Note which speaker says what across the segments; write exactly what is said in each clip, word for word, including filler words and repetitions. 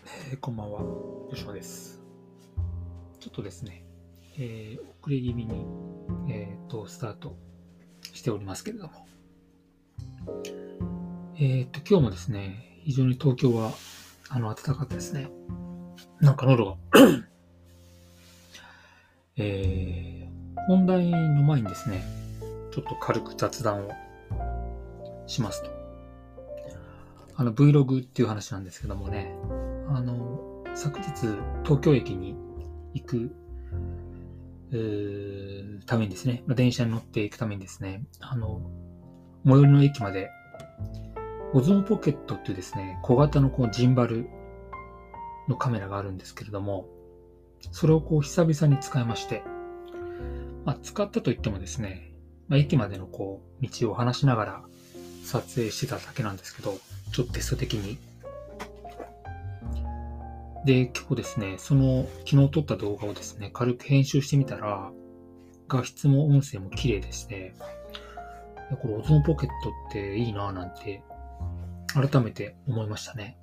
Speaker 1: えーこんばんは、吉野です。ちょっとですね、えー遅れ気味に、えーと、スタートしておりますけれども、えーと、今日もですね、非常に東京は、あの、暖かかったですね。なんか喉が、えー本題の前にですね、ちょっと軽く雑談をしますと。あの、Vlog っていう話なんですけどもね、あの、昨日、東京駅に行くうーためにですね、まあ電車に乗っていくためにですね、あの、最寄りの駅まで、オズモポケットっていうですね、小型のこうジンバルのカメラがあるんですけれども、それをこう久々に使いまして、まあ、使ったといってもですね、まあ、駅までのこう道を話しながら撮影してただけなんですけど、ちょっとテスト的に。で、今日ですね、その昨日撮った動画をですね、軽く編集してみたら、画質も音声も綺麗でして、これオズモポケットっていいなぁなんて改めて思いましたね。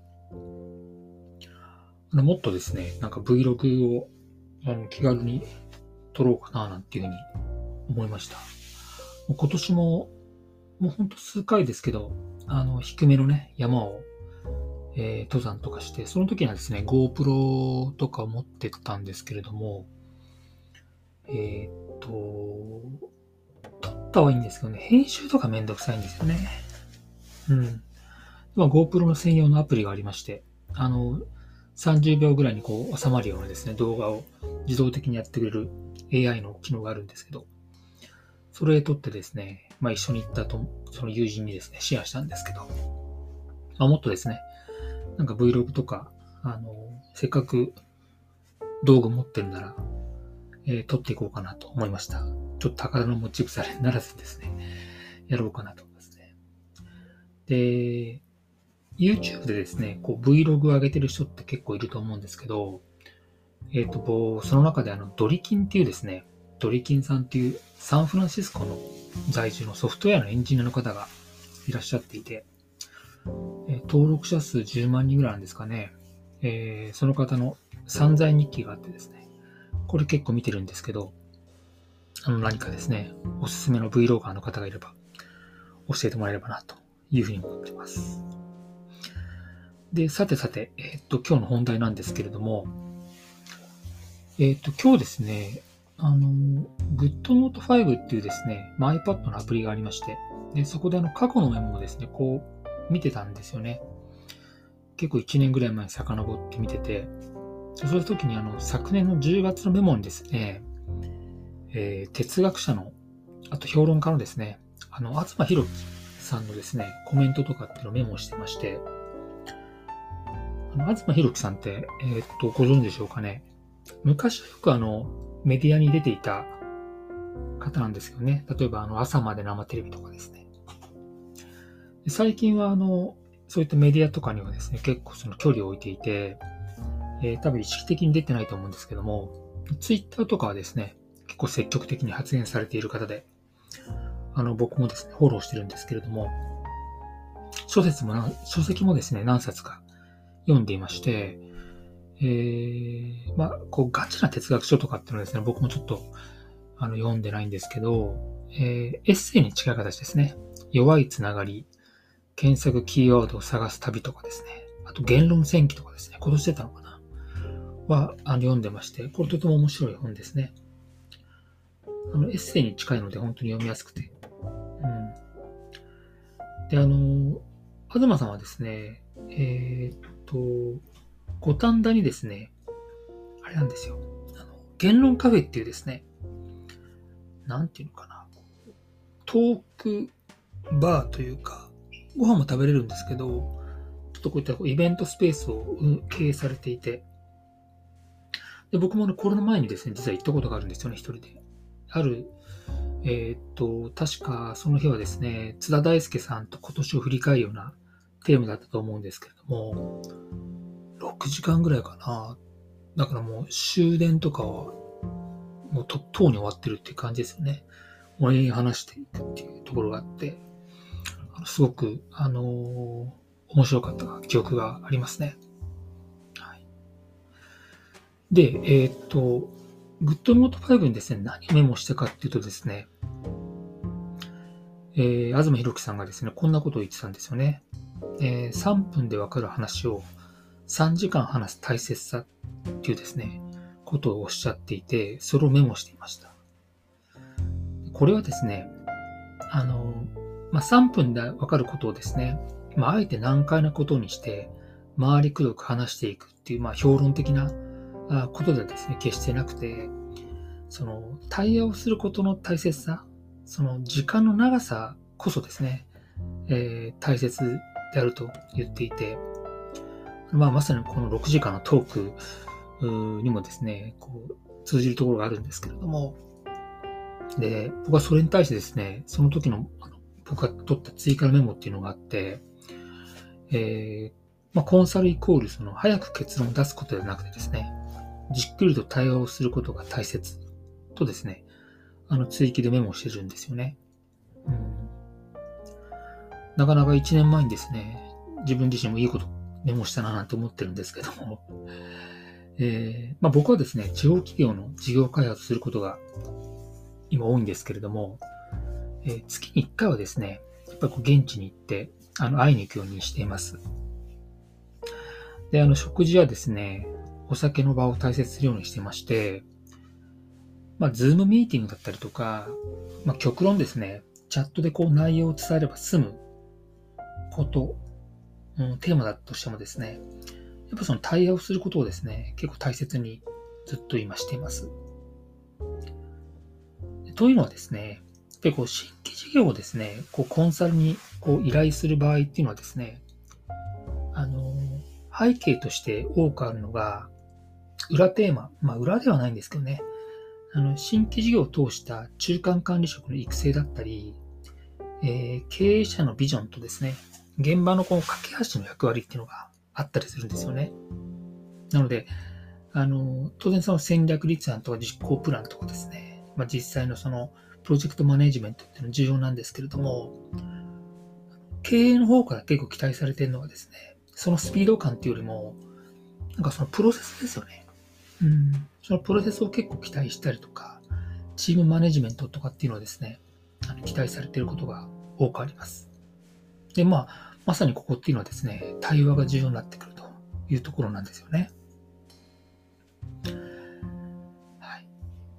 Speaker 1: あのもっとですね、なんか Vlog をあの気軽に撮ろうかななんていうふうに思いました。もう今年も、もうほんと数回ですけど、あの、低めのね、山を、えー登山とかして、その時にはですね、GoPro とか持ってたんですけれども、えーっと、撮ったはいいんですけどね、編集とかめんどくさいんですよね。うん。まあ、GoPro の専用のアプリがありまして、あの、さんじゅうびょうぐらいにこう収まるようなですね、動画を自動的にやってくれる エーアイ の機能があるんですけど、それを撮ってですね、まあ一緒に行ったと、その友人にですね、シェアしたんですけど、まあもっとですね、なんか Vlog とか、あの、せっかく道具持ってるなら、えー撮っていこうかなと思いました。ちょっと宝の持ち腐れにならずですね、やろうかなと思いますね。で、YouTube でですね、こう Vlog を上げてる人って結構いると思うんですけど、えっ、と、その中であの、ドリキンっていうですね、ドリキンさんっていうサンフランシスコの在住のソフトウェアのエンジニアの方がいらっしゃっていて、えー登録者数じゅうまん人ぐらいなんですかね。えーその方の散財日記があってですね、これ結構見てるんですけど、あの何かですね、おすすめの Vlogger の方がいれば教えてもらえればなというふうに思っています。で、さてさて、えっ、と、今日の本題なんですけれども、えっ、と、今日ですね、あの、GoodNote ファイブっていうですね、まあ iPad のアプリがありまして、で、そこであの、過去のメモをですね、こう、見てたんですよね。結構いちねんぐらい前に遡って見てて、そういう時にあの、昨年のじゅうがつのメモにですね、えー哲学者の、あと評論家のですね、あの、東博樹さんのですね、コメントとかっていうのをメモしてまして、あの、東博樹さんって、えーっと、ご存知でしょうかね。昔はよくあの、メディアに出ていた方なんですよね。例えばあの、朝まで生テレビとかですね。最近はあの、そういったメディアとかにはですね、結構その距離を置いていて、えー多分意識的に出てないと思うんですけども、ツイッターとかはですね、結構積極的に発言されている方で、あの、僕もですね、フォローしてるんですけれども、書説もな、書籍もですね、何冊か読んでいまして、えー、まあ、こう、ガチな哲学書とかっていうのはですね、僕もちょっと、あの、読んでないんですけど、えー、エッセイに近い形ですね。弱いつながり、検索キーワードを探す旅とかですね。あと、言論戦記とかですね。今年出たのかなは、あの、読んでまして、これとても面白い本ですね。あの、エッセイに近いので本当に読みやすくて。うん。で、あの、東さんはですね、えーっと、五反田にですね、あれなんですよ。あの、言論カフェっていうですね、なんていうのかな、トークバーというか、ご飯も食べれるんですけど、ちょっとこういったイベントスペースを経営されていて、で僕もね、コロナ前にですね、実は行ったことがあるんですよね、一人で。ある、えーっと、確かその日はですね、津田大介さんと今年を振り返るようなテーマだったと思うんですけれども、ろくじかんぐらいかな。だからもう終電とかは、もうと、とうに終わってるっていう感じですよね。応援話していくっていうところがあって、すごく、あのー面白かった記憶がありますね。はい。 で、えっと、グッドノートファイブにですね、何をメモしたかっていうとですね、えー、東博樹さんがですね、こんなことを言ってたんですよね。えー、さんぷんでわかる話をさんじかん話す大切さっていうですね、ことをおっしゃっていて、それをメモしていました。これはですね、あの、まあ、さんぷんでわかることをですね、まあ、あえて難解なことにして、回りくどく話していくっていう、まあ、評論的なあことではですね、決してなくて、その、対話をすることの大切さ、その時間の長さこそですね、えー大切であると言っていて、まあ、まさにこのろくじかんのトークうーにもですね、こう、通じるところがあるんですけれども、で、僕はそれに対してですね、その時の、あの僕が取った追加のメモっていうのがあって、えーまあ、コンサルイコールその早く結論を出すことではなくてですね、じっくりと対話をすることが大切とですね、あの追記でメモしてるんですよね。うん、なかなかいちねんまえにですね、自分自身もいいことメモしたななんて思ってるんですけども、えーまあ、僕はですね、地方企業の事業開発することが今多いんですけれども、えー月にいっかいはですね、やっぱりこう現地に行って、あの、会いに行くようにしています。で、あの、食事はですね、お酒の場を大切にするようにしてまして、まあ、ズームミーティングだったりとか、まあ、極論ですね、チャットでこう内容を伝えれば済むこと、うん、テーマだとしてもですね、やっぱその対話をすることをですね、結構大切にずっと今しています。というのはですね、結構新規事業をですね、こうコンサルにこう依頼する場合っていうのはですね、あの、背景として多くあるのが、裏テーマ、まあ裏ではないんですけどね、あの、新規事業を通した中間管理職の育成だったり、えー経営者のビジョンとですね、現場のこう架け橋の役割っていうのがあったりするんですよね。なので、あの、当然その戦略立案とか実行プランとかですね、まあ、実際のそのプロジェクトマネジメントっていうのは重要なんですけれども、経営の方から結構期待されているのはですね、そのスピード感っていうよりも、なんかそのプロセスですよね。うん。そのプロセスを結構期待したりとか、チームマネジメントとかっていうのはですね、あの期待されていることが多くあります。で、まあ、まさにここっていうのはですね、対話が重要になってくるというところなんですよね。はい。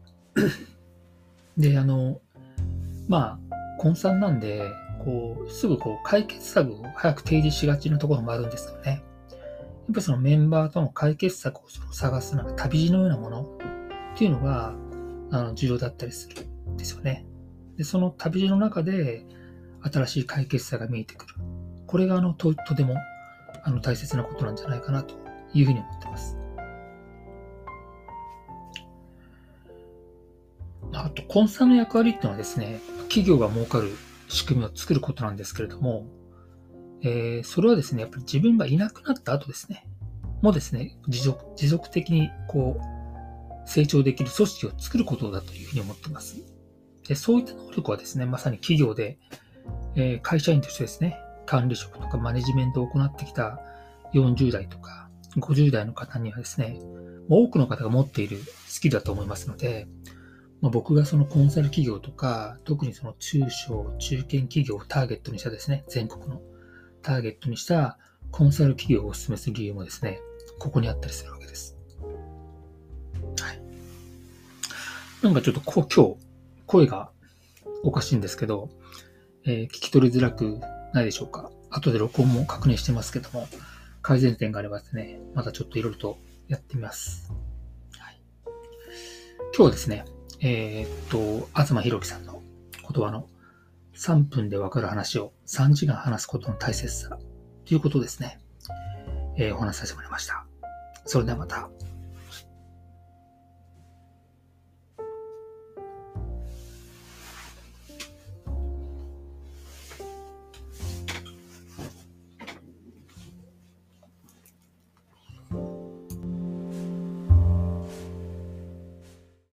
Speaker 1: で、あの、まあ、コンサルなんで、こう、すぐこう、解決策を早く提示しがちなところもあるんですよね。やっぱそのメンバーとの解決策をその探すなんか旅路のようなものっていうのが、あの、重要だったりするんですよね。で、その旅路の中で、新しい解決策が見えてくる。これが、あの、と、とても、あの、大切なことなんじゃないかなというふうに思ってます。あと、コンサルの役割っていうのはですね、企業が儲かる仕組みを作ることなんですけれども、えーそれはですね、やっぱり自分がいなくなった後ですね、もですね、持続持続的にこう成長できる組織を作ることだというふうに思っています。で、そういった能力はですね、まさに企業で、えー会社員としてですね、管理職とかマネジメントを行ってきたよんじゅう代とかごじゅう代の方にはですね、多くの方が持っているスキルだと思いますので、まあ、僕がそのコンサル企業とか、特にその中小、中堅企業をターゲットにしたですね、全国のターゲットにしたコンサル企業をお勧めする理由もですね、ここにあったりするわけです。はい。なんかちょっとこ今日、声がおかしいんですけど、えー聞き取りづらくないでしょうか。後で録音も確認してますけども、改善点があればですね、またちょっといろいろとやってみます。はい、今日はですね、えーっと、東博樹さんの言葉のさんぷんでわかる話をさんじかん話すことの大切さということですね、えーお話しさせてもらいました。それではまた。